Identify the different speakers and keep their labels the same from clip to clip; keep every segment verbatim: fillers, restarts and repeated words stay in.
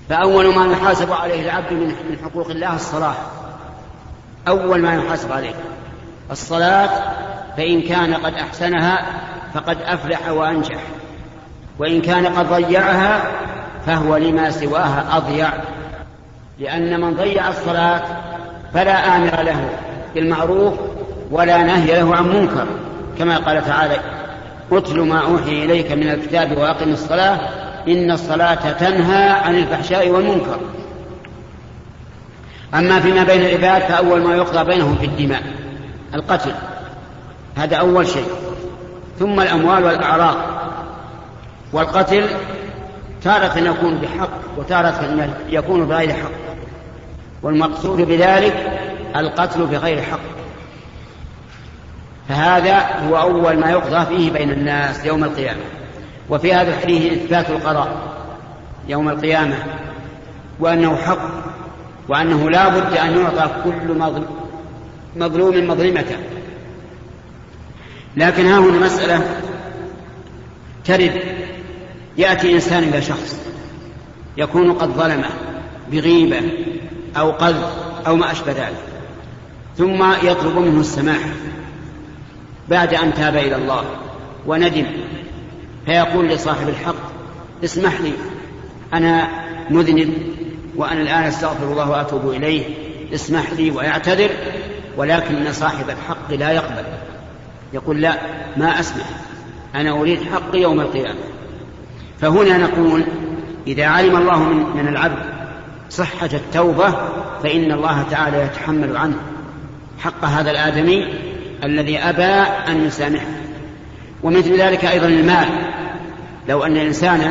Speaker 1: فأول ما يحاسب عليه العبد من حقوق الله الصلاة، أول ما يحاسب عليه الصلاة، فإن كان قد أحسنها فقد أفلح وأنجح، وإن كان قد ضيعها فهو لما سواها أضيع، لأن من ضيع الصلاة فلا آمر له بالمعروف ولا نهي له عن منكر، كما قال تعالى: اتل ما أوحي إليك من الكتاب وأقم الصلاة إن الصلاة تنهى عن الفحشاء والمنكر. أما فيما بين العباد فأول ما يقضى بينهم في الدماء القتل، هذا أول شيء، ثم الأموال والأعراض. والقتل تارة يكون بحق وتارة يكون بغير حق، والمقصود بذلك القتل بغير حق، فهذا هو أول ما يقضى فيه بين الناس يوم القيامة. وفي هذا الحديث إثبات القضاء يوم القيامة، وأنه حق، وأنه لا بد أن يعطى كل مظلوم مظلمته. لكن ها هنا مسألة ترد، يأتي إنسان إلى شخص يكون قد ظلمه بغيبة أو قذف أو ما أشبه ذلك، ثم يطلب منه السماح بعد أن تاب إلى الله وندم، فيقول لصاحب الحق: اسمح لي، أنا مذنب وأنا الآن أستغفر الله وأتوب إليه، اسمح لي، ويعتذر، ولكن صاحب الحق لا يقبل، يقول: لا، ما أسمح، أنا أريد حقي يوم القيامة. فهنا نقول: إذا علم الله من, من العبد صحة التوبة فإن الله تعالى يتحمل عنه حق هذا الآدمي الذي أبى أن يسامحه. ومثل ذلك أيضا المال، لو أن إنسانا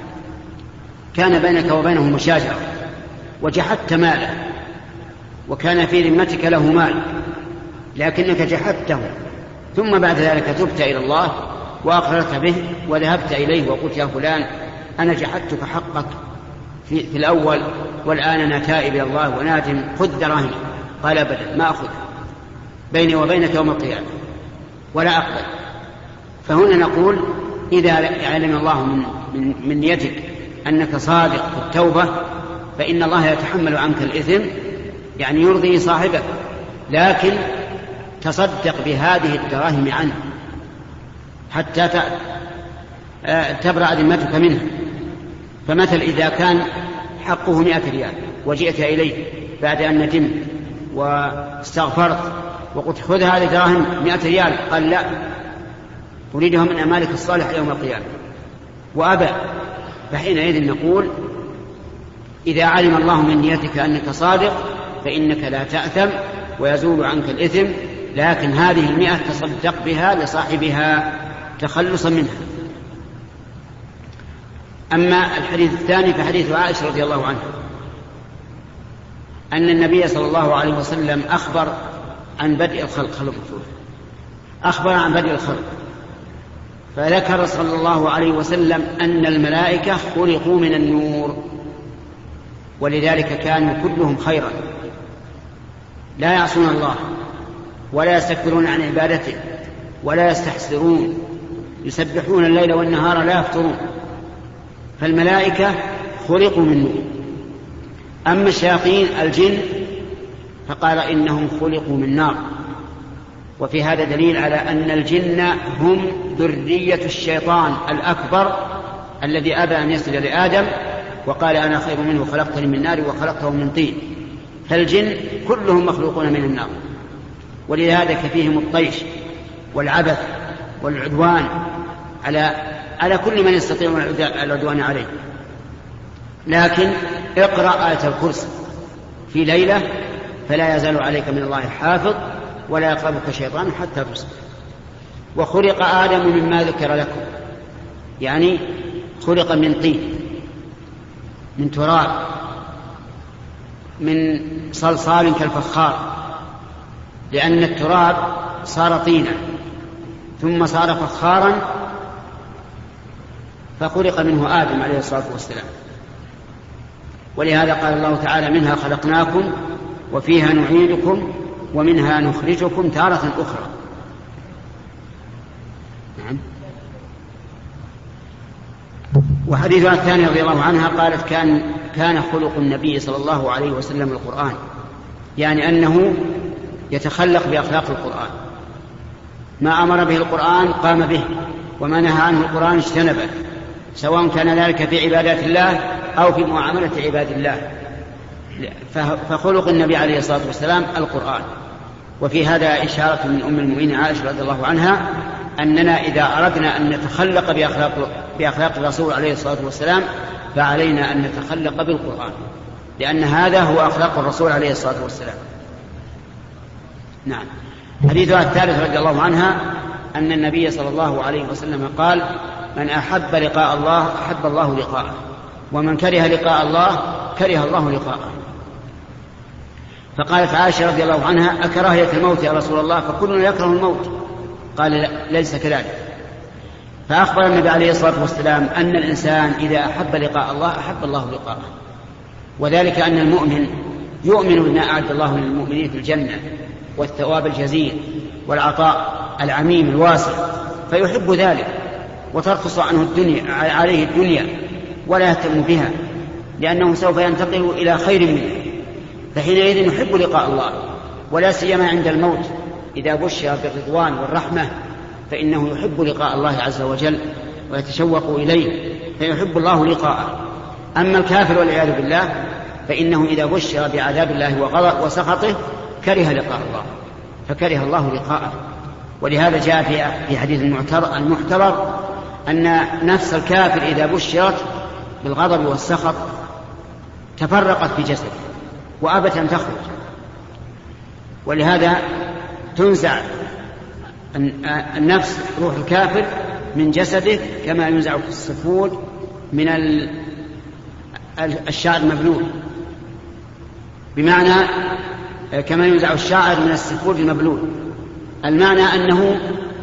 Speaker 1: كان بينك وبينه مشاجرة وجحدت ماله، وكان في ذمتك له مال لكنك جحدته، ثم بعد ذلك تبت إلى الله وأقررت به وذهبت إليه وقلت: يا فلان، أنا جحدتك حقك في, في الأول، والآن أنا تائب إلى الله ونادم، خذ دراهمي. قال: أبدا، ما أخذ، بيني وبينك يوم القيامة ولا أقبل. فهنا نقول: إذا علم الله من, من, من نيتك أنك صادق في التوبة فإن الله يتحمل عنك الإثم، يعني يرضي صاحبك، لكن تصدق بهذه الدراهم عنه حتى تبرأ ذمتك منه. فمثل إذا كان حقه مئة ريال وجئت إليه بعد أن ندمت واستغفرت وقلت: خذ هذه الدراهم مئة ريال، قال: لا، أريدها من أمالك الصالح يوم القيامة، وأبى، فحينئذ نقول: إذا علم الله من نيتك أنك صادق فإنك لا تأثم ويزول عنك الإثم، لكن هذه المئة تصدق بها لصاحبها تخلصا منها. أما الحديث الثاني فحديث عائشة رضي الله عنها أن النبي صلى الله عليه وسلم أخبر عن بدء الخلق خلق أخبر عن بدء الخلق فذكر صلى الله عليه وسلم أن الملائكة خلقوا من النور، ولذلك كانوا كلهم خيرا، لا يعصون الله ولا يستكبرون عن عبادته ولا يستحسرون، يسبحون الليل والنهار لا يفترون. فالملائكة خلقوا من نور. أما الشياطين الجن فقال إنهم خلقوا من نار. وفي هذا دليل على أن الجن هم ذرية الشيطان الأكبر الذي أبى أن يسجد لآدم وقال: أنا خير منه، خلقتني من نار وخلقته من طين. فالجن كلهم مخلوقون من النار، ولذلك فيهم الطيش والعبث والعدوان على على كل من يستطيع العدوان عليه. لكن اقرأ آية الكرسي في ليلة فلا يزال عليك من الله حافظ ولا يقربك شيطان حتى تصبح. وخلق آدم مما ذكر لكم، يعني خلق من طين، من تراب، من صلصال كالفخار، لأن التراب صار طينا ثم صار فخارا فخلق منه آدم عليه الصلاة والسلام. ولهذا قال الله تعالى: منها خلقناكم وفيها نعيدكم ومنها نخرجكم تارة أخرى. نعم. وحديثها الثاني رضي الله عنها قالت: كان كان خلق النبي صلى الله عليه وسلم القرآن، يعني أنه يتخلق بأخلاق القرآن، ما أمر به القرآن قام به، وما نهى عنه القرآن اجتنبه، سواء كان ذلك في عبادات الله أو في معاملة عباد الله. فخلق النبي عليه الصلاة والسلام القرآن. وفي هذا إشارة من أم المؤمنين عائشة رضي الله عنها أننا إذا أردنا أن نتخلق بأخلاق, بأخلاق الرسول عليه الصلاة والسلام فعلينا أن نتخلق بالقرآن، لأن هذا هو أخلاق الرسول عليه الصلاة والسلام. نعم. حديثها الثالث رضي الله عنها أن النبي صلى الله عليه وسلم قال: من أحب لقاء الله أحب الله لقاءه، ومن كره لقاء الله كره الله لقاءه. فقالت عائشة رضي الله عنها: أكراهية الموت يا رسول الله؟ فكلنا يكره الموت. قال: ليس كذلك. فأخبر النبي عليه الصلاة والسلام أن الإنسان إذا أحب لقاء الله أحب الله لقاءه، وذلك أن المؤمن يؤمن بما أعد الله للمؤمنين في الجنة والثواب الجزيل والعطاء العميم الواسع، فيحب ذلك وترخص عنه الدنيا عليه الدنيا ولا يهتم بها، لأنه سوف ينتقل إلى خير منه، فحينئذ يحب لقاء الله. ولا سيما عند الموت إذا بشر بالرضوان والرحمة فإنه يحب لقاء الله عز وجل ويتشوق إليه، فيحب الله لقاءه. أما الكافر والعياذ بالله فإنه إذا بشر بعذاب الله وسخطه كره لقاء الله، فكره الله لقاءه. ولهذا جاء في حديث المعتبر أن نفس الكافر إذا بشرت بالغضب والسخط تفرقت في جسده وأبت أن تخرج، ولهذا تنزع النفس روح الكافر من جسده كما ينزع الصفود من الشعر المبلول، بمعنى كما ينزع الشعر من الصفود المبلول. المعنى أنه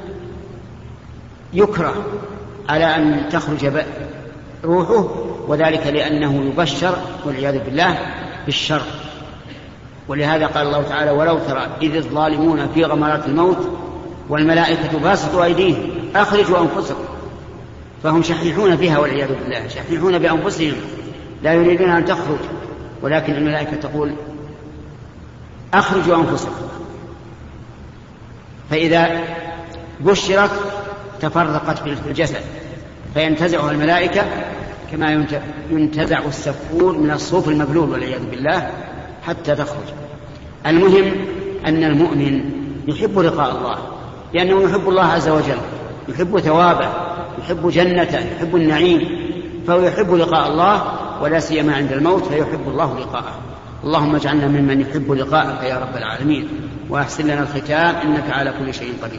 Speaker 1: يكره على أن تخرج روحه، وذلك لأنه يبشر والعياذ بالله بالشر. ولهذا قال الله تعالى: ولو ترى إذ الظالمون في غمرات الموت والملائكة باسطوا أيديهم أخرجوا أنفسكم. فهم شحيحون فيها والعياذ بالله، شحيحون بأنفسهم لا يريدون أن تخرج، ولكن الملائكة تقول أخرجوا أنفسكم. فإذا بشرت تفرقت في الجسد فينتزعها الملائكة كما ينتزع السفور من الصوف المبلول والعياذ بالله حتى تخرج. المهم أن المؤمن يحب لقاء الله، لأنه يحب الله عز وجل، يحب ثوابه، يحب جنته، يحب النعيم، فهو يحب لقاء الله، ولا سيما عند الموت فيحب الله لقاءه. اللهم اجعلنا ممن يحب لقاءك يا رب العالمين، وأحسن لنا الختام، إنك على كل شيء قدير.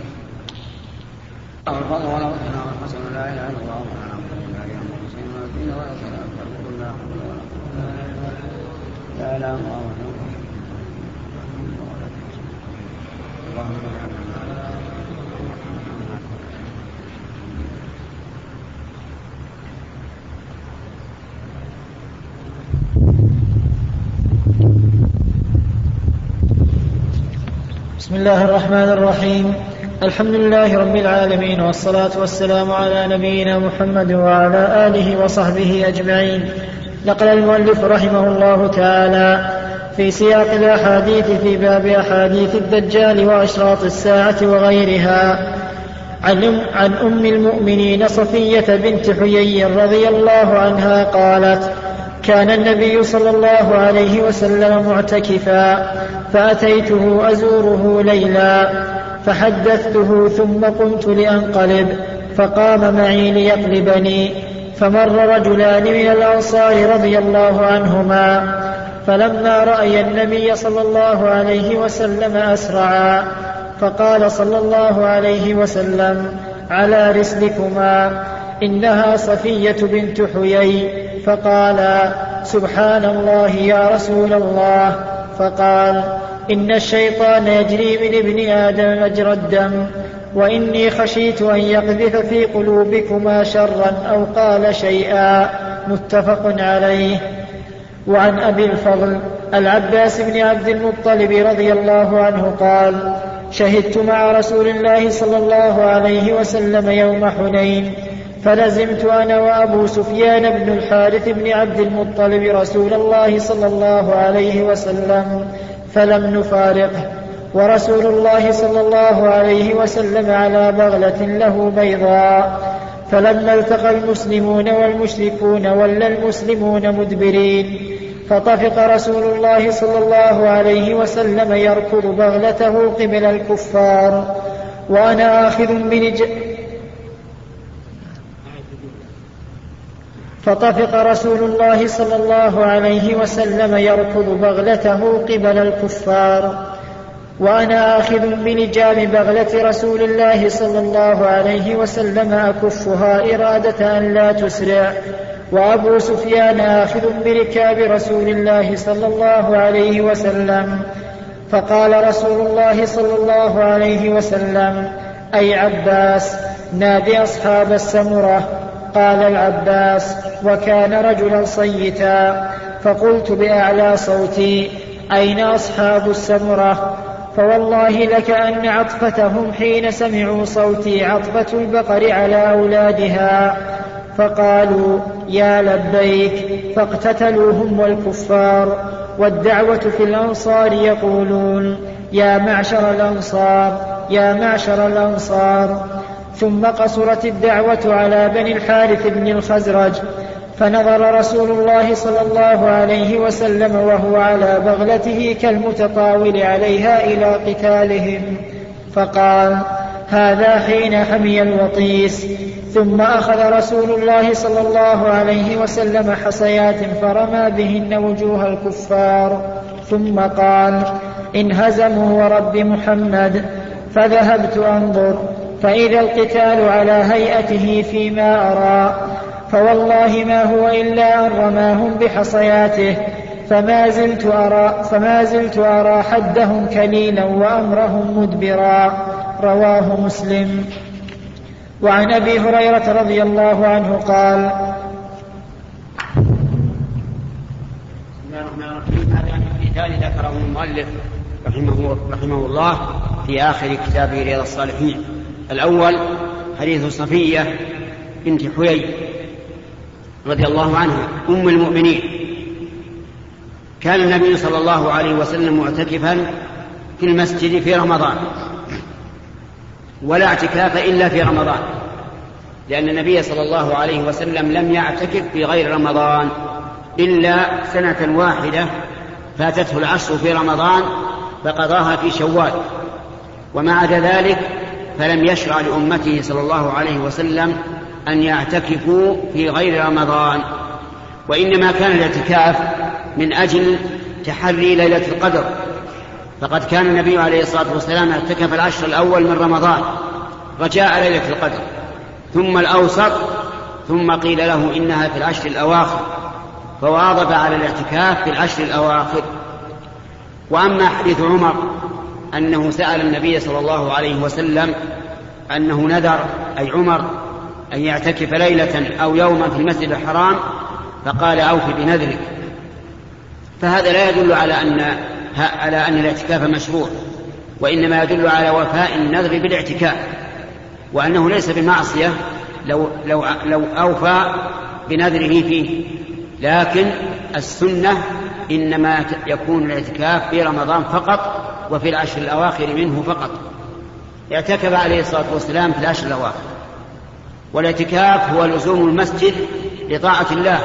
Speaker 2: بسم الله الرحمن الرحيم. الحمد لله رب العالمين، والصلاة والسلام على نبينا محمد وعلى آله وصحبه أجمعين. نقل المؤلف رحمه الله تعالى في سياق الأحاديث في باب أحاديث الدجال وأشراط الساعة وغيرها عن, عن أم المؤمنين صفية بنت حيي رضي الله عنها قالت: كان النبي صلى الله عليه وسلم معتكفا، فأتيته أزوره ليلا فحدثته ثم قمت لأنقلب، فقام معي ليقلبني، فمر رجلان من الأنصار رضي الله عنهما، فلما رأي النبي صلى الله عليه وسلم أسرعا، فقال صلى الله عليه وسلم: على رسلكما، إنها صفية بنت حيي. فقال: سبحان الله يا رسول الله. فقال: إن الشيطان يجري من ابن آدم مجرى الدم، وإني خشيت أن يقذف في قلوبكما شرا أو قال شيئا. متفق عليه. وعن أبي الفضل العباس بن عبد المطلب رضي الله عنه قال: شهدت مع رسول الله صلى الله عليه وسلم يوم حنين، فلزمت أنا وأبو سفيان بن الحارث بن عبد المطلب رسول الله صلى الله عليه وسلم فلم نفارقه، ورسول الله صلى الله عليه وسلم على بغلة له بيضاء. فلما التقى المسلمون والمشركون ولى المسلمون مدبرين، فطفق رسول الله صلى الله عليه وسلم يركض بغلته قبل الكفار وأنا آخذ بنج فطفق رسول الله صلى الله عليه وسلم يركض بغلته قبل الكفار وأنا آخذ بلجام بغلة رسول الله صلى الله عليه وسلم أكفها إرادة أن لا تسرع، وأبو سفيان آخذ بركاب رسول الله صلى الله عليه وسلم. فقال رسول الله صلى الله عليه وسلم: أي عباس، نادي أصحاب السمرة. قال العباس، وكان رجلا صيتا، فقلت بأعلى صوتي: أين أصحاب السمرة؟ فوالله لكأن عطفتهم حين سمعوا صوتي عطفة البقر على أولادها. فقالوا: يا لبيك، فاقتتلوهم والكفار. والدعوة في الأنصار يقولون: يا معشر الأنصار، يا معشر الأنصار. ثم قصرت الدعوة على بني الحارث بن الخزرج، فنظر رسول الله صلى الله عليه وسلم وهو على بغلته كالمتطاول عليها إلى قتالهم، فقال: هذا حين حمي الوطيس. ثم أخذ رسول الله صلى الله عليه وسلم حصيات فرمى بهن وجوه الكفار، ثم قال: انهزموا ورب محمد. فذهبت أنظر، فإذا القتال على هيئته فيما أرى، فوالله ما هو إلا أن رماهم بحصياته، فما زلت أرى, فما زلت أرى حدهم كليلا وأمرهم مدبرا. رواه مسلم. وعن أبي هريرة رضي الله عنه قال:
Speaker 1: بسم الله الرحمن الرحيم. هذا القتال ذكره المؤلف رحمه, رحمه الله في آخر كتابه رياض الصالحين. الأول حديث صفية بنت حيي رضي الله عنها أم المؤمنين. كان النبي صلى الله عليه وسلم معتكفا في المسجد في رمضان، ولا اعتكاف إلا في رمضان، لأن النبي صلى الله عليه وسلم لم يعتكف في غير رمضان إلا سنة واحدة فاتته العشر في رمضان فقضاها في شوال، وما عدا ذلك فلم يشرع لأمته صلى الله عليه وسلم أن يعتكفوا في غير رمضان، وإنما كان الاعتكاف من أجل تحري ليلة القدر، فقد كان النبي عليه الصلاة والسلام اعتكف العشر الأول من رمضان رجاء ليلة القدر، ثم الأوسط، ثم قيل له إنها في العشر الأواخر فواظب على الاعتكاف في العشر الأواخر. وأما حديث عمر أنه سأل النبي صلى الله عليه وسلم أنه نذر، أي عمر، أن يعتكف ليلة أو يوما في المسجد الحرام، فقال: أوفي بنذرك. فهذا لا يدل على أن على أن الاعتكاف مشروع، وإنما يدل على وفاء النذر بالاعتكاف، وأنه ليس بمعصية لو, لو, لو أوفى بنذره فيه، لكن السنة إنما يكون الاعتكاف في رمضان فقط وفي العشر الأواخر منه فقط. اعتكف عليه الصلاة والسلام في العشر الأواخر، والاعتكاف هو لزوم المسجد لطاعة الله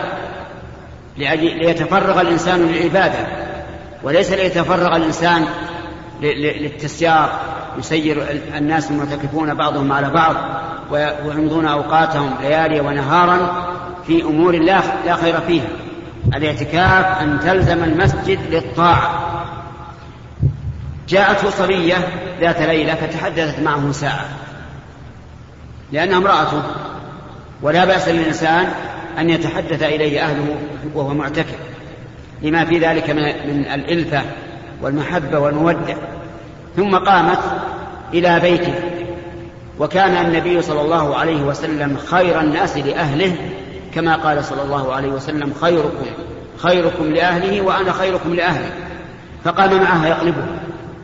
Speaker 1: ليتفرغ الإنسان للعبادة، وليس ليتفرغ الإنسان للتسيار، يسير الناس المعتكفون بعضهم على بعض ويمضون أوقاتهم ليالي ونهارا في أمور لا خير فيها. الاعتكاف أن تلزم المسجد للطاعة. جاءته صبية ذات ليلة فتحدثت معه ساعة لأنها امرأته، ولا بأس للإنسان أن يتحدث إليه أهله وهو معتكف لما في ذلك من الإلفة والمحبة والمودة. ثم قامت إلى بيته، وكان النبي صلى الله عليه وسلم خير الناس لأهله، كما قال صلى الله عليه وسلم: خيركم خيركم لأهله وأنا خيركم لأهلي. فقام معها يقلبها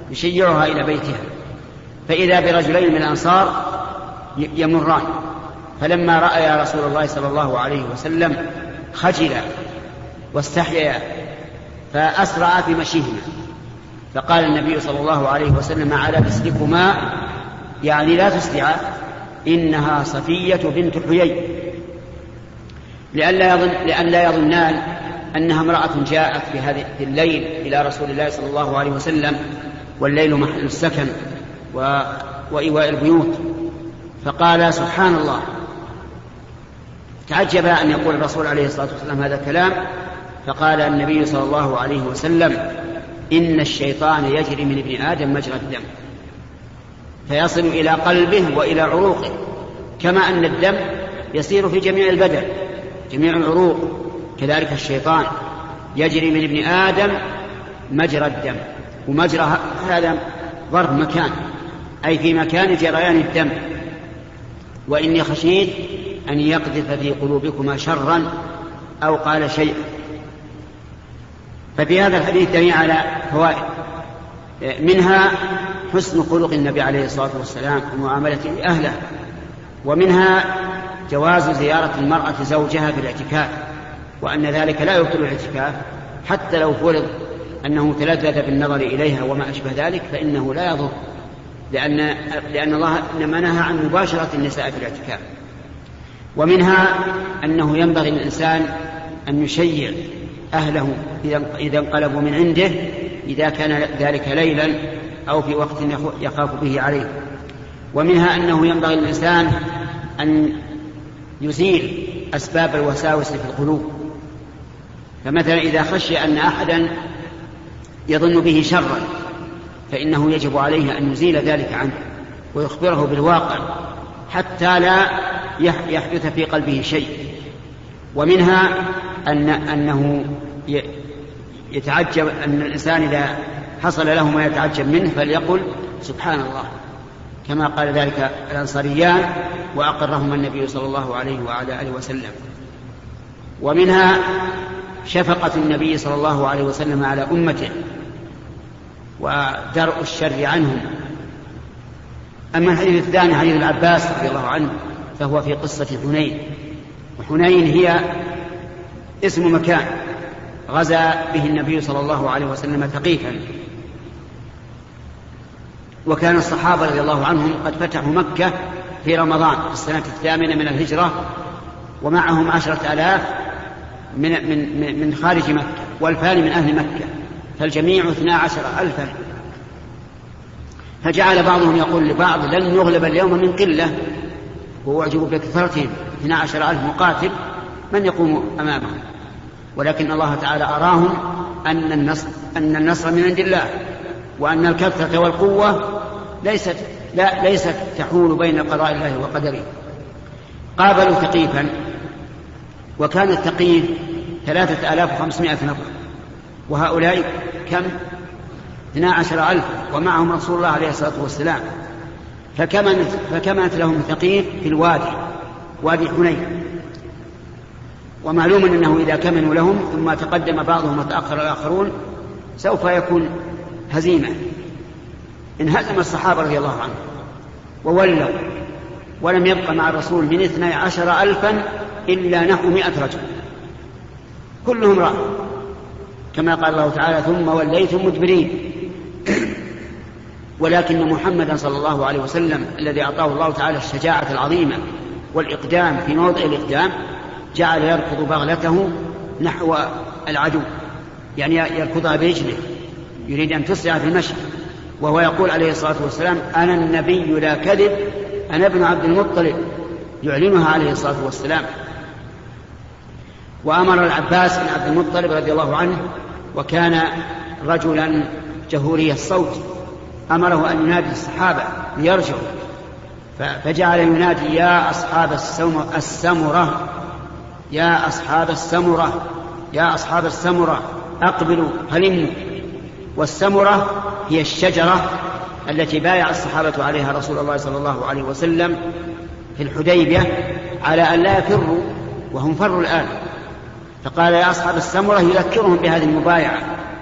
Speaker 1: يشيعها إلى بيتها، فإذا برجلين من الأنصار يمران فلما رأى رسول الله صلى الله عليه وسلم خجلا واستحيا فأسرع في مشيهما، فقال النبي صلى الله عليه وسلم: على رسلكما، يعني لا تسرعا، إنها صفية بنت حيي، لئلا يظن لئلا يظنان أنها امرأة جاءت في هذه الليل إلى رسول الله صلى الله عليه وسلم، والليل محل السكن وإيواء البيوت. فقال: سبحان الله. تعجب أن يقول الرسول عليه الصلاة والسلام هذا الكلام، فقال النبي صلى الله عليه وسلم: إن الشيطان يجري من ابن آدم مجرى الدم، فيصل إلى قلبه وإلى عروقه، كما أن الدم يسير في جميع البدن جميع العروق، كذلك الشيطان يجري من ابن آدم مجرى الدم. ومجرى هذا ظرف مكان، أي في مكان جريان الدم. وإني خشيت أن يقذف في قلوبكما شرا، أو قال شيئا. ففي هذا الحديث دليل على فوائد، منها حسن خلق النبي عليه الصلاة والسلام ومعاملته أهله، ومنها جواز زيارة المرأة زوجها في الاعتكاف، وأن ذلك لا يبطل الاعتكاف، حتى لو فرض أنه تلذذ بالنظر إليها وما أشبه ذلك فإنه لا يضر، لأن, لأن الله إنما نهى عن مباشرة النساء في الاعتكاف. ومنها أنه ينبغي للإنسان أن يشيع أهله إذا انقلبوا من عنده، إذا كان ذلك ليلا أو في وقت يخاف به عليه. ومنها أنه ينبغي للإنسان أن يزيل أسباب الوساوس في القلوب، فمثلا إذا خشي أن أحدا يظن به شرا فإنه يجب عليه أن يزيل ذلك عنه ويخبره بالواقع حتى لا يحدث في قلبه شيء. ومنها أن أنه يتعجب، أن الإنسان إذا حصل له ما يتعجب منه فليقل سبحان الله، كما قال ذلك الأنصاريان وأقرهما النبي صلى الله عليه وعلى آله وسلم. ومنها شفقة النبي صلى الله عليه وسلم على أمته ودرء الشر عنهم. أما الحديث الثاني حديث العباس رضي الله عنه فهو في قصة حنين، وحنين هي اسم مكان غزا به النبي صلى الله عليه وسلم ثقيفا، وكان الصحابة رضي الله عنهم قد فتحوا مكة في رمضان في السنة الثامنة من الهجرة، ومعهم عشرة آلاف من, من, من خارج مكة والفان من أهل مكة، فالجميع اثنا عشر ألفا. فجعل بعضهم يقول لبعض: لن نغلب اليوم من قلة، وأعجبوا بكثرتهم اثنا عشر ألف مقاتل، من يقوم أمامهم؟ ولكن الله تعالى أراهم أن النصر, أن النصر من عند الله، وأن الكثرة والقوة ليست, لا ليست تحول بين قضاء الله وقدره. قابلوا ثقيفا، وكان الثقيف ثلاثة آلاف وخمسمائة نفر، وهؤلاء كم؟ اثنا عشر ألف، ومعهم رسول الله عليه الصلاة والسلام. فكمنت, فكمنت لهم ثقيف في الوادي، وادي حنين. ومعلوم أنه إذا كمنوا لهم ثم تقدم بعضهم وتأخر الآخرون سوف يكون هزيمة. انهزم الصحابة رضي الله عنهم وولوا، ولم يبق مع الرسول من اثني عشر ألفا إلا نحو مئة رجل، كلهم راحوا، كما قال الله تعالى: ثم وليتم مدبرين. ولكن محمدا صلى الله عليه وسلم الذي أعطاه الله تعالى الشجاعة العظيمة والإقدام في موضع الإقدام جعل يركض بغلته نحو العدو، يعني يركضها برجله، يريد أن تسرع في المشي، وهو يقول عليه الصلاة والسلام: أنا النبي لا كذب، أنا ابن عبد المطلب، يعلنها عليه الصلاة والسلام. وأمر العباس بن عبد المطلب رضي الله عنه، وكان رجلا جهوري الصوت، أمره أن ينادي الصحابة ليرجعوا، فجعل ينادي: يا أصحاب السمرة، يا أصحاب السمرة، يا أصحاب السمرة، أقبلوا هلموا. والسمرة هي الشجرة التي بايع الصحابة عليها رسول الله صلى الله عليه وسلم في الحديبية على أن لا يفروا، وهم فروا الآن، فقال: يا أصحاب السمرة، يذكرهم بهذه المبايعة.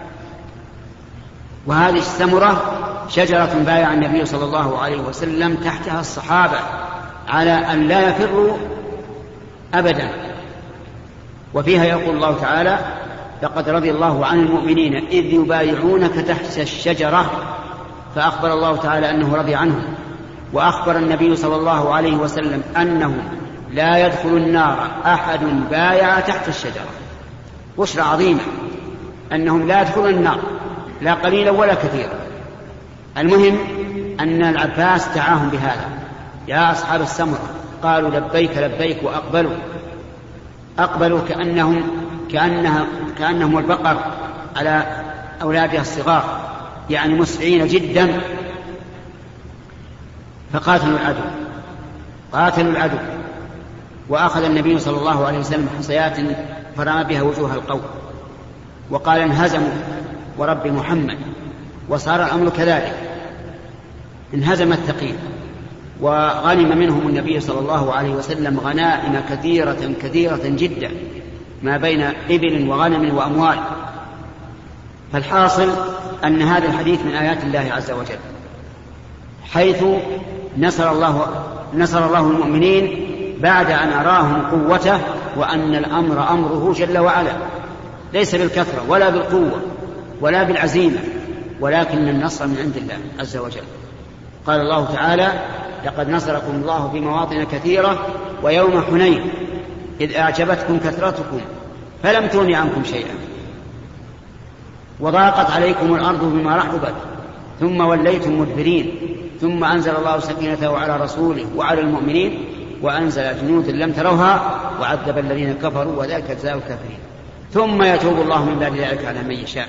Speaker 1: وهذه السمرة شجرة بايع النبي صلى الله عليه وسلم تحتها الصحابة على أن لا يفروا أبدا. وفيها يقول الله تعالى: لقد رضي الله عن المؤمنين إذ يبايعونك تحت الشجرة، فأخبر الله تعالى أنه رضي عنهم، وأخبر النبي صلى الله عليه وسلم أنه لا يدخل النار أحد بايع تحت الشجرة. بشرى عظيمة أنهم لا يدخلون النار لا قليلا ولا كثيرا. المهم أن العباس دعاهم بهذا: يا أصحاب السمرة، قالوا لبيك لبيك، وأقبلوا أقبلوا كأنهم كأنها كأنهم البقر على أولادها الصغار، يعني مسرعين جدا. فقاتلوا العدو قاتلوا العدو وأخذ النبي صلى الله عليه وسلم حصيات فرمى بها وجوه القوم، وقال: انهزموا ورب محمد. وصار الأمر كذلك، انهزم الثقيل، وغنم منهم النبي صلى الله عليه وسلم غنائم كثيرة كثيرة جدا، ما بين إبل وغنم وأموال. فالحاصل أن هذا الحديث من آيات الله عز وجل، حيث نصر الله, نصر الله المؤمنين بعد أن أراهم قوته، وأن الأمر أمره جل وعلا، ليس بالكثرة ولا بالقوة ولا بالعزيمة، ولكن النصر من عند الله عز وجل. قال الله تعالى: لقد نصركم الله في مواطن كثيرة ويوم حنين إذ أعجبتكم كثرتكم فلم تغن عنكم شيئا وضاقت عليكم الأرض بما رحبت ثم وليتم مدبرين ثم أنزل الله سكينته على رسوله وعلى المؤمنين وأنزل جنود لم تروها وعذب الذين كفروا وذلك جزاء الكافرين ثم يتوب الله من بعد ذلك على من يشاء.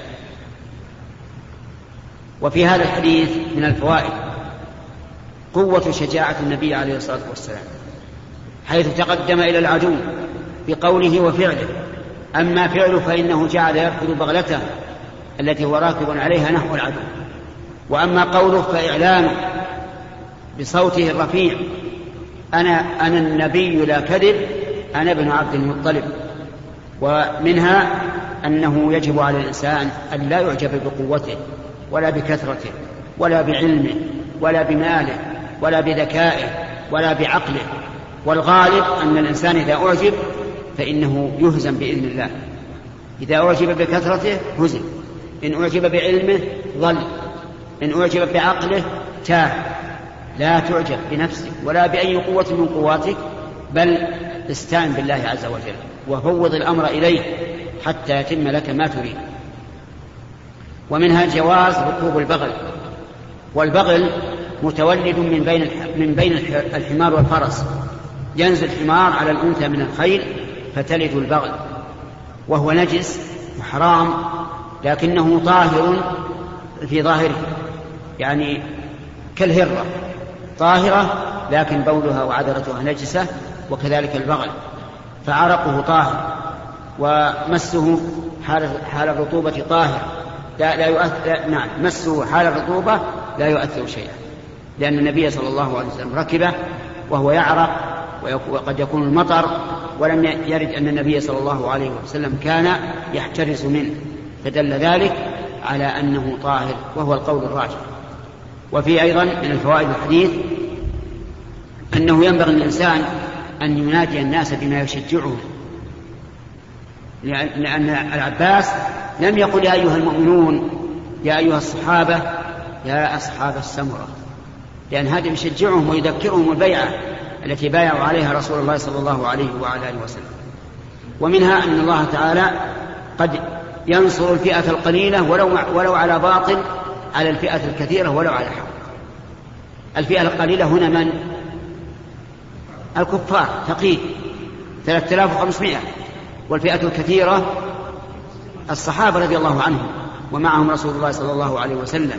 Speaker 1: وفي هذا الحديث من الفوائد قوة شجاعة النبي عليه الصلاة والسلام، حيث تقدم إلى العدو بقوله وفعله. أما فعله فإنه جعل يركض بغلته التي هو راكب عليها نحو العدو، وأما قوله فإعلانه بصوته الرفيع: أنا, أنا النبي لا كذب، أنا ابن عبد المطلب. ومنها أنه يجب على الإنسان أن لا يعجب بقوته ولا بكثرته ولا بعلمه ولا بماله ولا بذكائه ولا بعقله، والغالب أن الإنسان إذا أعجب فإنه يهزم بإذن الله. إذا أعجب بكثرته هزم، إن أعجب بعلمه ضل، إن أعجب بعقله تاه. لا تعجب بنفسك ولا بأي قوة من قواتك، بل استعن بالله عز وجل وفوض الأمر إليه حتى يتم لك ما تريد. ومنها جواز ركوب البغل، والبغل متولد من بين من بين الحمار والفرس، ينزل الحمار على الأنثى من الخيل فتلد البغل، وهو نجس وحرام لكنه طاهر في ظاهره، يعني كالهرة طاهرة لكن بولها وعذرتها نجسة، وكذلك البغل فعرقه طاهر ومسه حال الرطوبة طاهر لا, لا يؤثر نعم مسه حال الرطوبة لا يؤثر شيئا، لأن النبي صلى الله عليه وسلم ركبه وهو يعرق وقد يكون المطر، ولم يرد أن النبي صلى الله عليه وسلم كان يحترس منه، فدل ذلك على أنه طاهر وهو القول الراجح. وفي أيضا من الفوائد الحديث أنه ينبغي للإنسان أن ينادي الناس بما يشجعهم، لأن العباس لم يقل يا أيها المؤمنون يا أيها الصحابة يا أصحاب السمرة، لأن هذا يشجعهم ويذكرهم البيعة التي بايعوا عليها رسول الله صلى الله عليه وعلى آله وسلم. ومنها أن الله تعالى قد ينصر الفئة القليلة ولو, ولو على باطل على الفئة الكثيرة ولو على حق. الفئة القليلة هنا من؟ الكفار تقييد ثلاثة آلاف وخمسمائة، والفئة الكثيرة الصحابة رضي الله عنهم ومعهم رسول الله صلى الله عليه وسلم.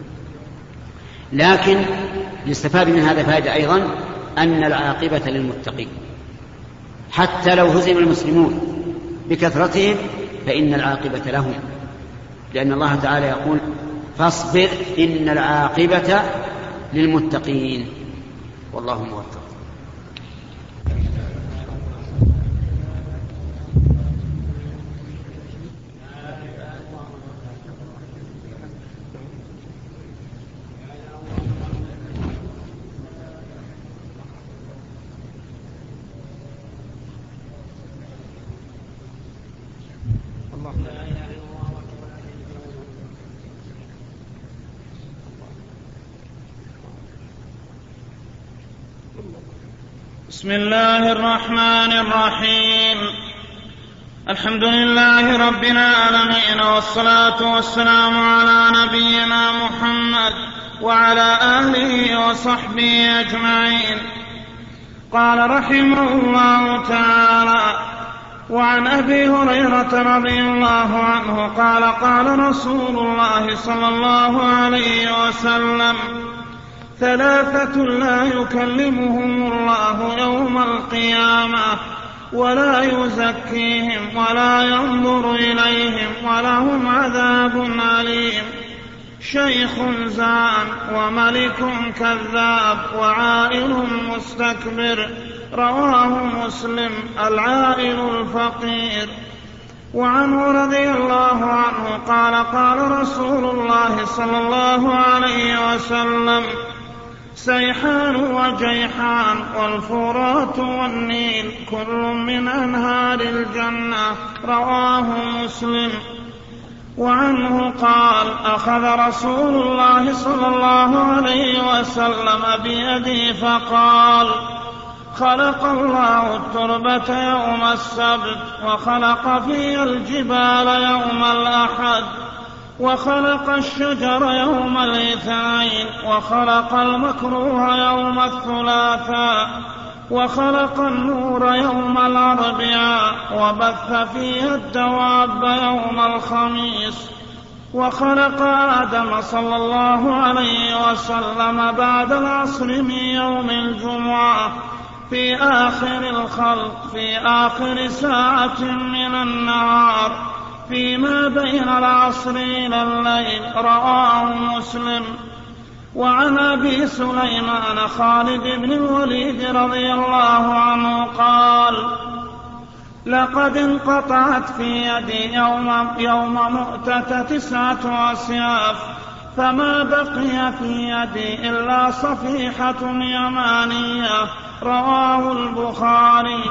Speaker 1: لكن يستفاد من هذا فائدة أيضا أن العاقبة للمتقين، حتى لو هزم المسلمون بكثرتهم فإن العاقبة لهم، لأن الله تعالى يقول فاصبر إن العاقبة للمتقين. والله موفق.
Speaker 3: الله.
Speaker 4: بسم الله الرحمن الرحيم. الحمد لله رب العالمين، والصلاة والسلام على نبينا محمد وعلى آله وصحبه أجمعين. قال رحمه الله تعالى: وعن أبي هريرة رضي الله عنه قال: قال رسول الله صلى الله عليه وسلم: ثلاثة لا يكلمهم الله يوم القيامة ولا يزكيهم ولا ينظر إليهم ولهم عذاب أليم: شيخ زان وملك كذاب وعائل مستكبر. رواه مسلم. العائل الفقير. وعنه رضي الله عنه قال: قال رسول الله صلى الله عليه وسلم: سيحان وجيحان والفرات والنيل كل من أنهار الجنة. رواه مسلم. وعنه قال: أخذ رسول الله صلى الله عليه وسلم بيدي فقال: خلق الله التربة يوم السبت، وخلق فيها الجبال يوم الأحد، وخلق الشجر يوم الاثنين، وخلق المكروه يوم الثلاثاء، وخلق النور يوم الأربعاء، وبث فيها الدواب يوم الخميس، وخلق آدم صلى الله عليه وسلم بعد العصر من يوم الجمعة في آخر الخلق في آخر ساعة من النهار فيما بين العصر إلى الليل. رواه مسلم. وعن أبي سليمان خالد بن الوليد رضي الله عنه قال: لقد انقطعت في يدي يوم, يوم مؤتة تسعة أسياف، فما بقي في يدي إلا صفيحة يمانية. رواه البخاري.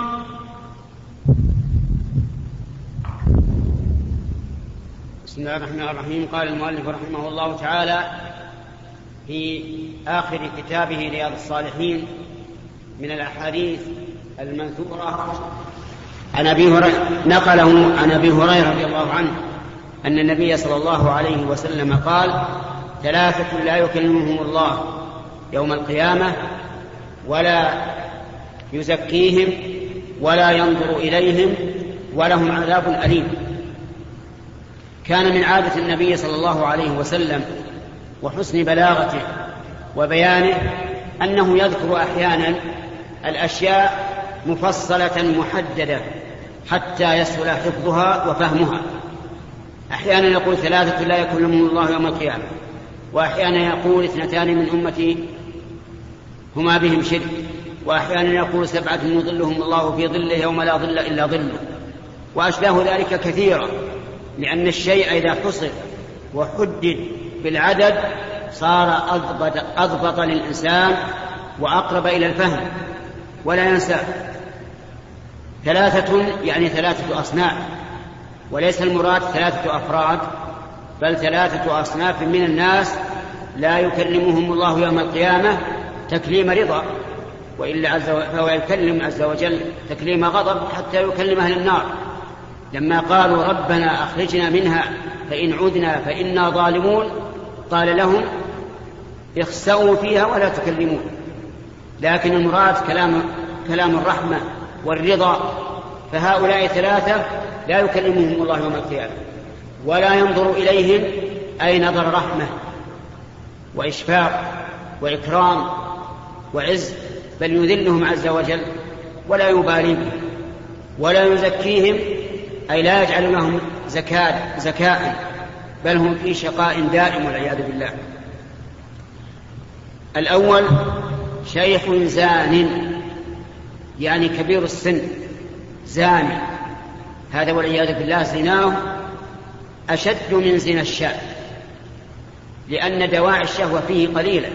Speaker 1: بسم الله الرحمن الرحيم. قال المؤلف رحمه الله تعالى في آخر كتابه رياض الصالحين من الأحاديث المنثورة عن أبي هريرة، نقله عن أبي هريرة رضي الله عنه أن النبي صلى الله عليه وسلم قال: ثلاثة لا يكلمهم الله يوم القيامة ولا يزكيهم ولا ينظر إليهم ولهم عذاب أليم. كان من عادة النبي صلى الله عليه وسلم وحسن بلاغته وبيانه أنه يذكر أحيانا الأشياء مفصلة محددة حتى يسهل حفظها وفهمها. أحيانا يقول: ثلاثة لا يكلمهم الله يوم القيامة، وأحيانا يقول: اثنتان من أمتي هما بهم شرك، وأحيانا يقول: سبعة يظلهم الله في ظله يوم لا ظل إلا ظله، وأشباه ذلك كثيرا، لأن الشيء إذا حصر وحدد بالعدد صار أضبط, أضبط للإنسان وأقرب إلى الفهم ولا ينسى. ثلاثة يعني ثلاثة أصناف، وليس المراد ثلاثة أفراد، بل ثلاثة أصناف من الناس لا يكلمهم الله يوم القيامة تكليم رضا، وإلا عز وجل فهو يكلم عز وجل تكليم غضب حتى يكلم أهل النار. لما قالوا: ربنا أخرجنا منها فإن عدنا فإنا ظالمون، قال لهم: اخسأوا فيها ولا تكلمون. لكن المراد كلام, كلام الرحمة والرضا، فهؤلاء ثلاثة لا يكلمهم الله يوم القيامة ولا ينظر إليهم، أي نظر رحمة وإشفاق وإكرام وعز، بل يذلهم عز وجل ولا يبالي بهم، ولا يزكيهم أي لا يجعل لهم زكاة زكاء، بل هم في شقاء دائم والعياذ بالله. الأول: شيخ زان، يعني كبير السن زاني، هذا والعياذ بالله زناه أشد من زنا الشاب، لأن دواعي الشهوة فيه قليلة.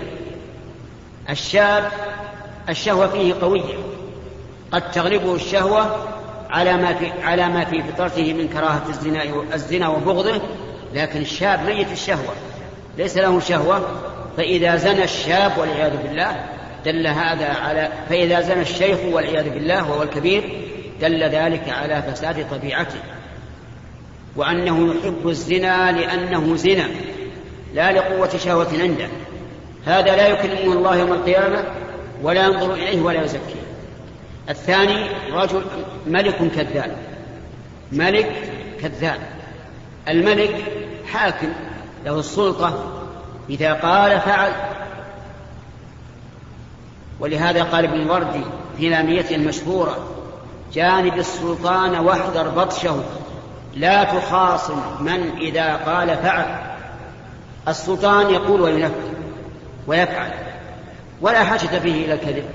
Speaker 1: الشاب الشهوة فيه قوية، قد تغلبه الشهوة على ما في على ما في فطرته من كراهة الزنا الزنا وبغضه، لكن الشاب ميت الشهوة ليس له شهوة، فإذا زنى الشاب والعياذ بالله دل هذا على فإذا زنى الشيخ والعياذ بالله وهو الكبير دل ذلك على فساد طبيعته، وأنه يحب الزنا لأنه زنا لا لقوة شهوة عنده. هذا لا يكلمه الله يوم القيامة ولا ينظر إليه ولا يزكيه. الثاني رجل ملك كذاب، ملك كذاب. الملك حاكم له السلطة، إذا قال فعل. ولهذا قال ابن الوردي في لاميته المشهورة: جانب السلطان واحذر بطشه، لا تخاصم من إذا قال فعل. السلطان يقول وينفذ ويفعل ولا حاجة فيه إلى الكذب.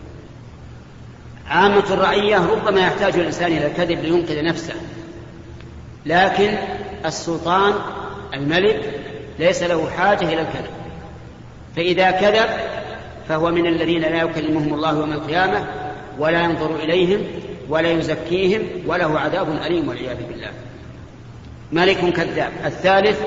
Speaker 1: عامة الرعية ربما يحتاج الإنسان إلى الكذب لينقذ نفسه، لكن السلطان الملك ليس له حاجة إلى الكذب، فإذا كذب فهو من الذين لا يكلمهم الله يوم القيامة ولا ينظر إليهم ولا يزكيهم وله عذاب أليم والعياذ بالله. ملك كذاب. الثالث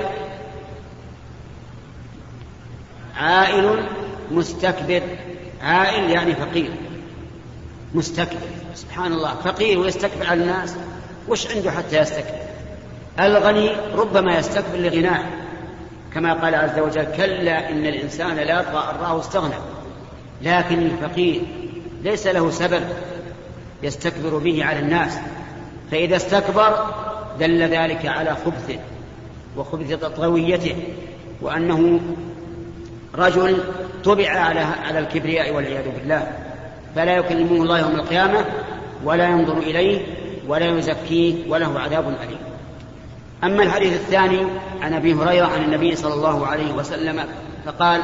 Speaker 1: عائل مستكبر. عائل يعني فقير مستكبر، سبحان الله، فقير ويستكبر على الناس، وش عنده حتى يستكبر؟ الغني ربما يستكبر لغناه، كما قال عز وجل: كلا إن الإنسان لا يطغى أن رآه استغنى. لكن الفقير ليس له سبب يستكبر به على الناس، فإذا استكبر دل ذلك على خبثه وخبث طغويته، وأنه رجل طبع على على الكبرياء والعياذ بالله، فلا يكلمه الله يوم القيامة ولا ينظر إليه ولا يزكيه وله عذاب أليم. أما الحديث الثاني عن أبي هريرة عن النبي صلى الله عليه وسلم فقال: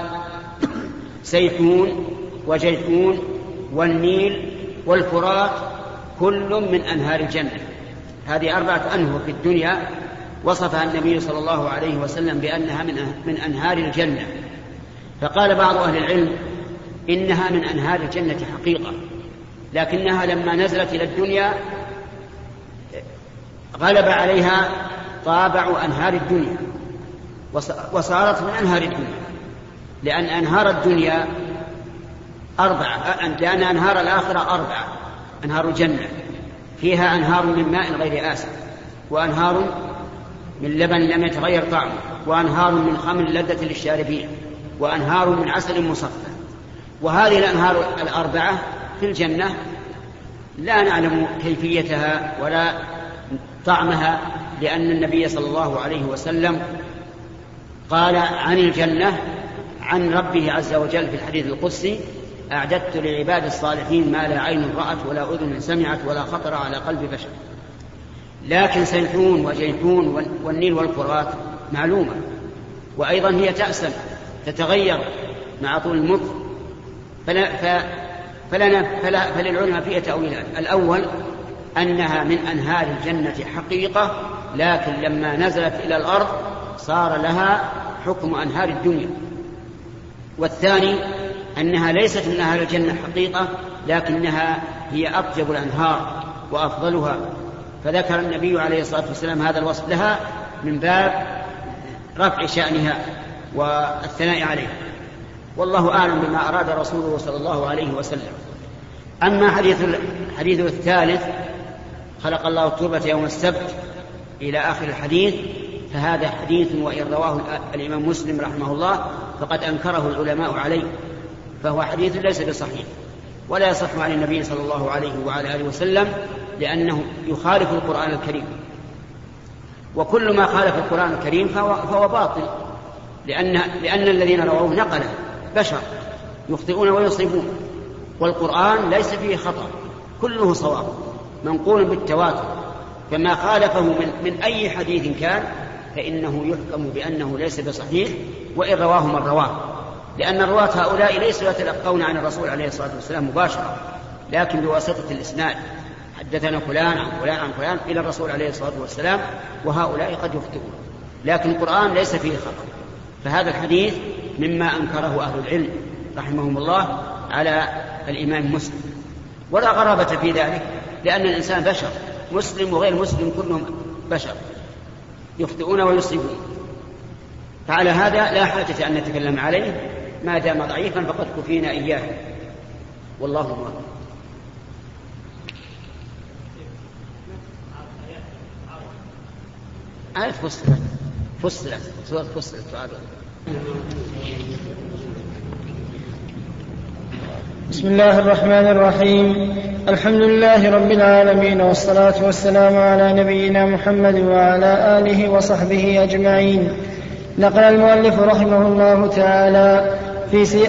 Speaker 1: سيحون وجيحون والنيل والفرات كل من أنهار الجنة. هذه أربعة أنهر في الدنيا وصفها النبي صلى الله عليه وسلم بأنها من أنهار الجنة. فقال بعض أهل العلم إنها من أنهار الجنة حقيقة، لكنها لما نزلت إلى الدنيا غلب عليها طابع أنهار الدنيا وصارت من أنهار الدنيا، لأن أنهار الدنيا أربعة، لأن أنهار الآخرة أربعة. أنهار الجنة فيها أنهار من ماء غير آسن، وأنهار من لبن لم يتغير طعمه، وأنهار من خمر لذة للشاربين، وأنهار من عسل مصفى. وهذه الأنهار الأربعة في الجنة لا نعلم كيفيتها ولا طعمها، لأن النبي صلى الله عليه وسلم قال عن الجنة عن ربه عز وجل في الحديث القدسي: أعددت لعباد الصالحين ما لا عين رأت ولا أذن سمعت ولا خطر على قلب بشر. لكن سيحون وجيحون والنيل والفرات معلومة، وأيضا هي تأسن تتغير مع طول المكث، فلا فلنا فلا فللعلماء فيها تأويلان: الأول أنها من أنهار الجنة حقيقة، لكن لما نزلت إلى الأرض صار لها حكم أنهار الدنيا. والثاني أنها ليست من أنهار الجنة حقيقة، لكنها هي أطيب الأنهار وأفضلها، فذكر النبي عليه الصلاة والسلام هذا الوصف لها من باب رفع شأنها والثناء عليها، والله أعلم بما أراد رسوله صلى الله عليه وسلم. أما حديث الحديث الثالث: خلق الله التربة يوم السبت إلى آخر الحديث، فهذا حديث وإن رواه الإمام مسلم رحمه الله فقد أنكره العلماء عليه، فهو حديث ليس بصحيح ولا يصح عن النبي صلى الله عليه وعلى آله وسلم، لأنه يخالف القرآن الكريم، وكل ما خالف القرآن الكريم فهو, فهو باطل، لأن, لأن الذين رووه نقله بشر يخطئون ويصيبون، والقرآن ليس فيه خطأ، كله صواب منقول بالتواتر، فما خالفه من, من أي حديث كان فإنه يحكم بأنه ليس بصحيح وإن رواه من رواه، لأن الرواة هؤلاء ليسوا يتلقون عن الرسول عليه الصلاة والسلام مباشرة، لكن بواسطة الإسناد: حدثنا فلان عن فلان عن فلان إلى الرسول عليه الصلاة والسلام، وهؤلاء قد يخطئون، لكن القرآن ليس فيه خطأ. فهذا الحديث مما أنكره أهل العلم رحمهم الله على الإمام مسلم، ولا غرابة في ذلك، لأن الإنسان بشر مسلم وغير مسلم كلهم بشر يخطئون ويصيبون، فعلى هذا لا حاجة أن نتكلم عليه، ما دام ضعيفا فقد كفينا إياه، والله أعلم. آية فصلت فصلت سورة فصلت تعالوا.
Speaker 2: بسم الله الرحمن الرحيم. الحمد لله رب العالمين، والصلاة والسلام على نبينا محمد وعلى آله وصحبه أجمعين. نقل المؤلف رحمه الله تعالى في سي...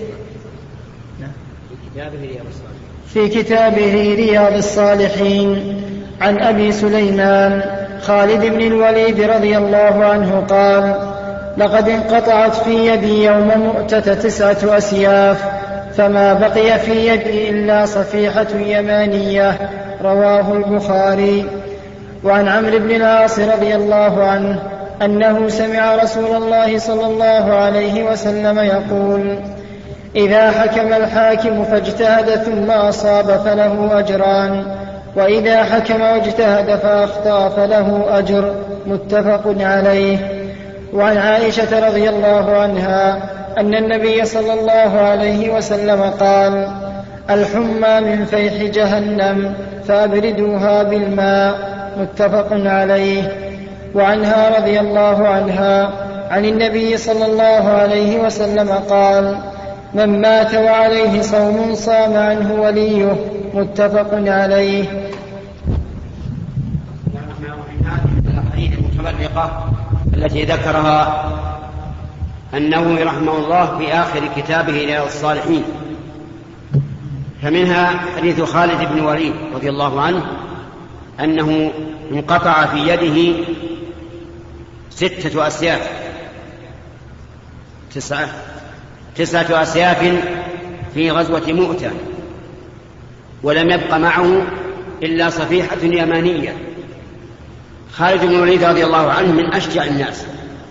Speaker 2: في كتابه رياض الصالحين عن أبي سليمان خالد بن الوليد رضي الله عنه قال: لقد انقطعت في يدي يوم مؤتة تسعة أسياف، فما بقي في يدي إلا صفيحة يمانية. رواه البخاري. وعن عمرو بن العاص رضي الله عنه أنه سمع رسول الله صلى الله عليه وسلم يقول: إذا حكم الحاكم فاجتهد ثم أصاب فله أجران، وإذا حكم واجتهد فأخطأ فله أجر. متفق عليه. وعن عائشة رضي الله عنها أن النبي صلى الله عليه وسلم قال: الحمى من فيح جهنم فأبردوها بالماء. متفق عليه. وعنها رضي الله عنها عن النبي صلى الله عليه وسلم قال: من مات وعليه صوم صام عنه وليه. متفق عليه.
Speaker 1: الأحاديث المتفرقة التي ذكرها النووي رحمه الله في آخر كتابه رياض الصالحين، فمنها حديث خالد بن الوليد رضي الله عنه أنه انقطع في يده ستة أسياف تسعة تسعة أسياف في غزوة مؤتة، ولم يبق معه إلا صفيحة يمانية. خالد بن الوليد رضي الله عنه من أشجع الناس،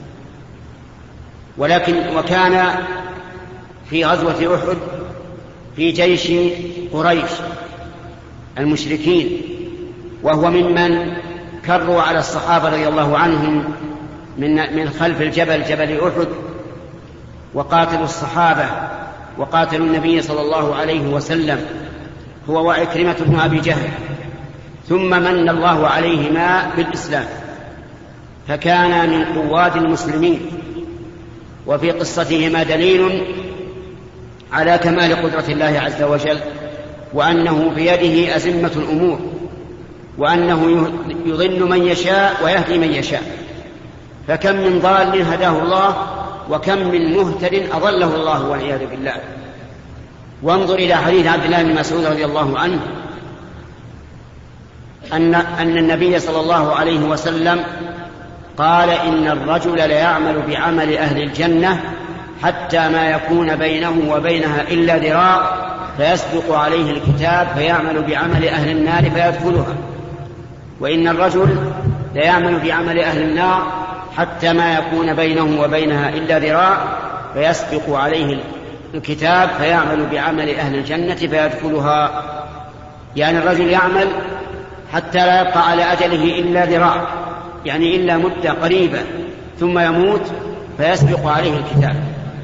Speaker 1: ولكن وكان في غزوة أحد في جيش قريش المشركين، وهو ممن كروا على الصحابة رضي الله عنهم من من خلف الجبل جبل أحد، وقاتلوا الصحابة وقاتلوا النبي صلى الله عليه وسلم هو وعكرمة بن أبي جهل، ثم من الله عليهما بالإسلام فكان من قواد المسلمين. وفي قصتهما دليل على كمال قدرة الله عز وجل، وأنه بيده أزمة الأمور، وأنه يضل من يشاء ويهدي من يشاء. فكم من ضال هداه الله، وكم من مهتد أضله الله والعياذ بالله. وانظر إلى حديث عبد الله بن مسعود رضي الله عنه أن, أن النبي صلى الله عليه وسلم قال: إن الرجل ليعمل بعمل أهل الجنة حتى ما يكون بينه وبينها إلا ذراع، فيسبق عليه الكتاب فيعمل بعمل أهل النار فيدخلها. وإن الرجل ليعمل بعمل أهل النار حتى ما يكون بينه وبينها إلا ذراع، فيسبق عليه الكتاب فيعمل بعمل أهل الجنة فيدخلها. يعني الرجل يعمل حتى لا يبقى على أجله إلا ذراع، يعني إلا مدة قريبة، ثم يموت فيسبق عليه الكتاب.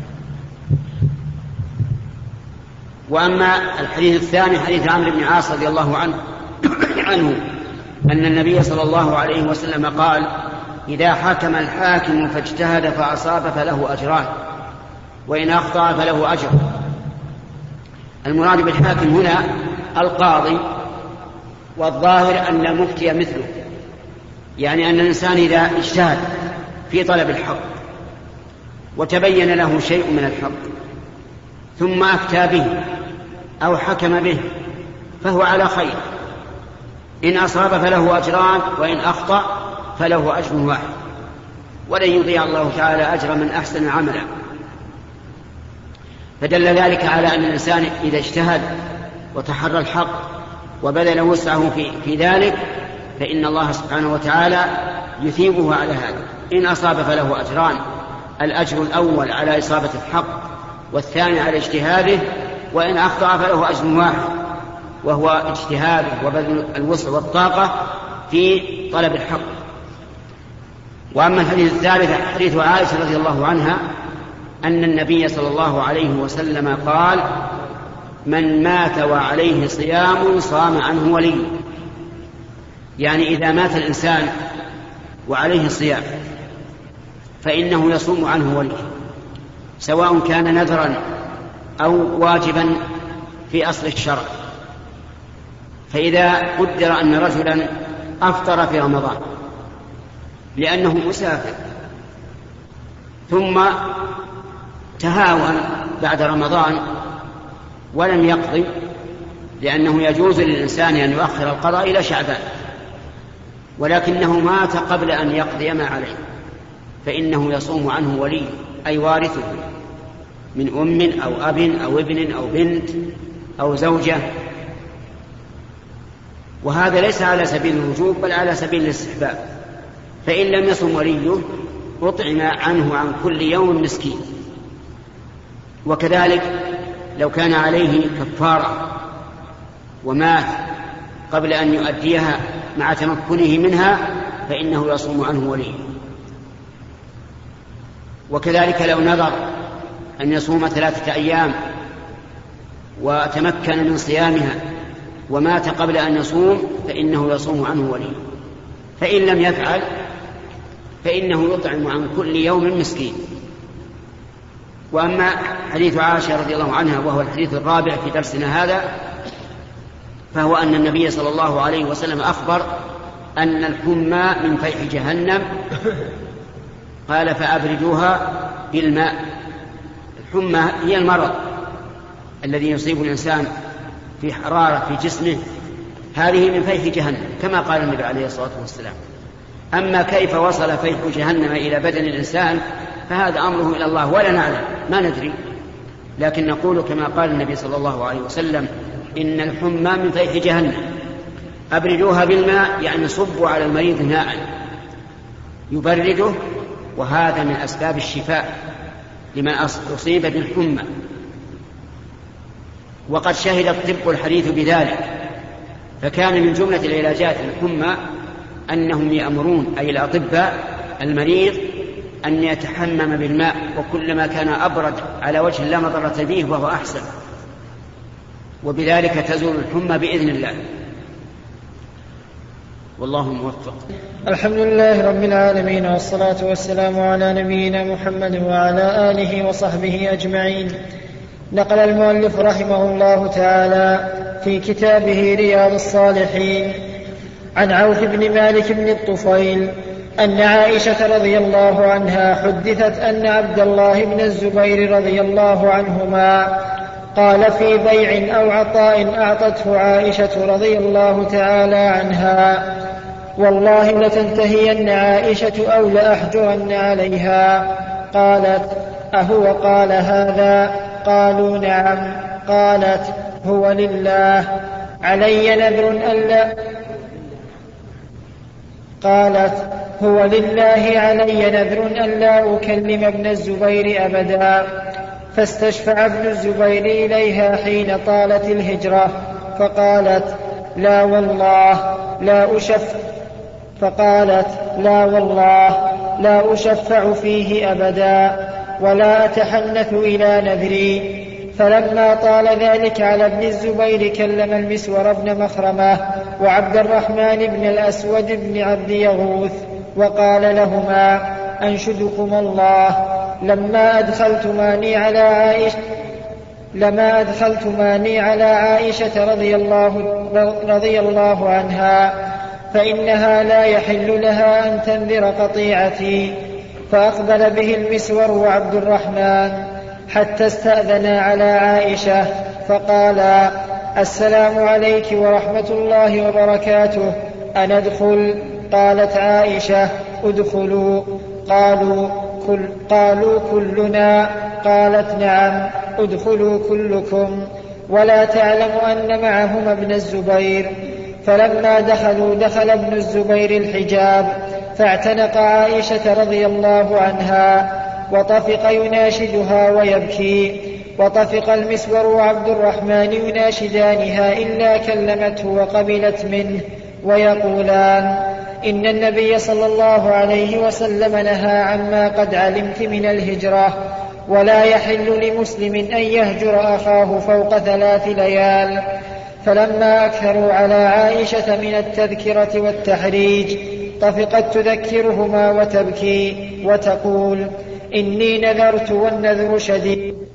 Speaker 1: وأما الحديث الثاني حديث عمرو بن العاص رضي الله عنه عنه أن النبي صلى الله عليه وسلم قال: إذا حكم الحاكم فاجتهد فأصاب فله أجران، وإن أخطأ فله أجر. المراد بالحاكم هنا القاضي، والظاهر أن المفتي مثله، يعني أن الإنسان إذا اجتهد في طلب الحق وتبين له شيء من الحق ثم أفتى به أو حكم به فهو على خير، إن أصاب فله أجران، وإن أخطأ فله أجر واحد، ولن يضيع الله تعالى أجر من أحسن عملا. فدل ذلك على أن الإنسان إذا اجتهد وتحرى الحق وبذل وسعه في, في ذلك فإن الله سبحانه وتعالى يثيبه على هذا. إن أصاب فله أجران: الأجر الأول على إصابة الحق، والثاني على اجتهاده، وإن أخطأ فله أجر واحد وهو اجتهاده وبذل الوسع والطاقة في طلب الحق. وأما الحديث الثالث حديث عائشة رضي الله عنها أن النبي صلى الله عليه وسلم قال: من مات وعليه صيام صام عنه ولي. يعني إذا مات الإنسان وعليه صيام فإنه يصوم عنه ولي، سواء كان نذرا أو واجبا في أصل الشرع. فإذا قدر أن رجلا أفطر في رمضان لأنه مسافر ثم تهاون بعد رمضان ولم يقضي، لأنه يجوز للإنسان أن يؤخر القضاء إلى شعبان، ولكنه مات قبل أن يقضي ما عليه، فإنه يصوم عنه ولي أي وارثه من أم أو أب أو ابن أو بنت أو زوجة. وهذا ليس على سبيل الوجوب بل على سبيل الاستحباب. فإن لم يصم وليه أطعم عنه عن كل يوم مسكين. وكذلك لو كان عليه كفارة ومات قبل أن يؤديها مع تمكنه منها فإنه يصوم عنه وليه. وكذلك لو نذر أن يصوم ثلاثة أيام وتمكن من صيامها ومات قبل أن يصوم فإنه يصوم عنه وليه. فإن لم يفعل فإنه يطعم عن كل يوم مسكين. وأما حديث عائشة رضي الله عنها وهو الحديث الرابع في درسنا هذا، فهو أن النبي صلى الله عليه وسلم أخبر أن الحمى من فيح جهنم، قال: فأبردوها بالماء. الحمى هي المرض الذي يصيب الإنسان في حرارة في جسمه، هذه من فيح جهنم كما قال النبي عليه الصلاة والسلام. أما كيف وصل فيح جهنم إلى بدن الإنسان فهذا أمره إلى الله ولا نعلم، ما ندري، لكن نقول كما قال النبي صلى الله عليه وسلم: إن الحمى من فيح جهنم أبردوها بالماء، يعني صبوا على المريض ماء يبرده، وهذا من أسباب الشفاء لمن أصيب بالحمى. وقد شهد الطب الحديث بذلك، فكان من جملة العلاجات الحمى أنهم يأمرون أي الأطباء المريض أن يتحمم بالماء، وكلما كان أبرد على وجه لا مضرة به وهو أحسن، وبذلك تزول الحمى بإذن الله. والله موفق.
Speaker 2: الحمد لله رب العالمين، والصلاة والسلام على نبينا محمد وعلى آله وصحبه أجمعين. نقل المؤلف رحمه الله تعالى في كتابه رياض الصالحين عن عوف بن مالك بن الطفيل أن عائشة رضي الله عنها حدثت أن عبد الله بن الزبير رضي الله عنهما قال في بيع أو عطاء أعطته عائشة رضي الله تعالى عنها: والله لتنتهين عائشة أو لأحجرن عليها. قالت: أهو قال هذا؟ قالوا: نعم. قالت: هو لله علي نذر ألا قالت هو لله علي نذر ألا أكلم ابن الزبير أبدا. فاستشفع ابن الزبير إليها حين طالت الهجرة فقالت: لا والله لا أشف فقالت لا والله لا أشفع فيه أبدا ولا أتحنث إلى نذري. فلما طال ذلك على ابن الزبير كلم المسور بن مخرمة وعبد الرحمن بن الأسود بن عبد يغوث وقال لهما: أنشدكم الله لما أدخلتماني على عائشة لما أدخلتماني على عائشة رضي الله, رضي الله عنها فإنها لا يحل لها أن تنذر قطيعتي. فأقبل به المسور وعبد الرحمن حتى استأذنا على عائشة فقالا: السلام عليك ورحمة الله وبركاته، أندخل؟ قالت عائشة: ادخلوا. قالوا كل قالوا كلنا. قالت: نعم، ادخلوا كلكم. ولا تعلم أن معهما ابن الزبير. فلما دخلوا دخل ابن الزبير الحجاب فاعتنق عائشة رضي الله عنها وطفق يناشدها ويبكي، وطفق المسور وعبد الرحمن يناشدانها إلا كلمته وقبلت منه ويقولان إن النبي صلى الله عليه وسلم نهى عما قد علمت من الهجرة، ولا يحل لمسلم أن يهجر أخاه فوق ثلاث ليال. فلما أكثروا على عائشة من التذكرة والتحريج طفقت تذكرهما وتبكي وتقول: إني نذرت والنذر شديد.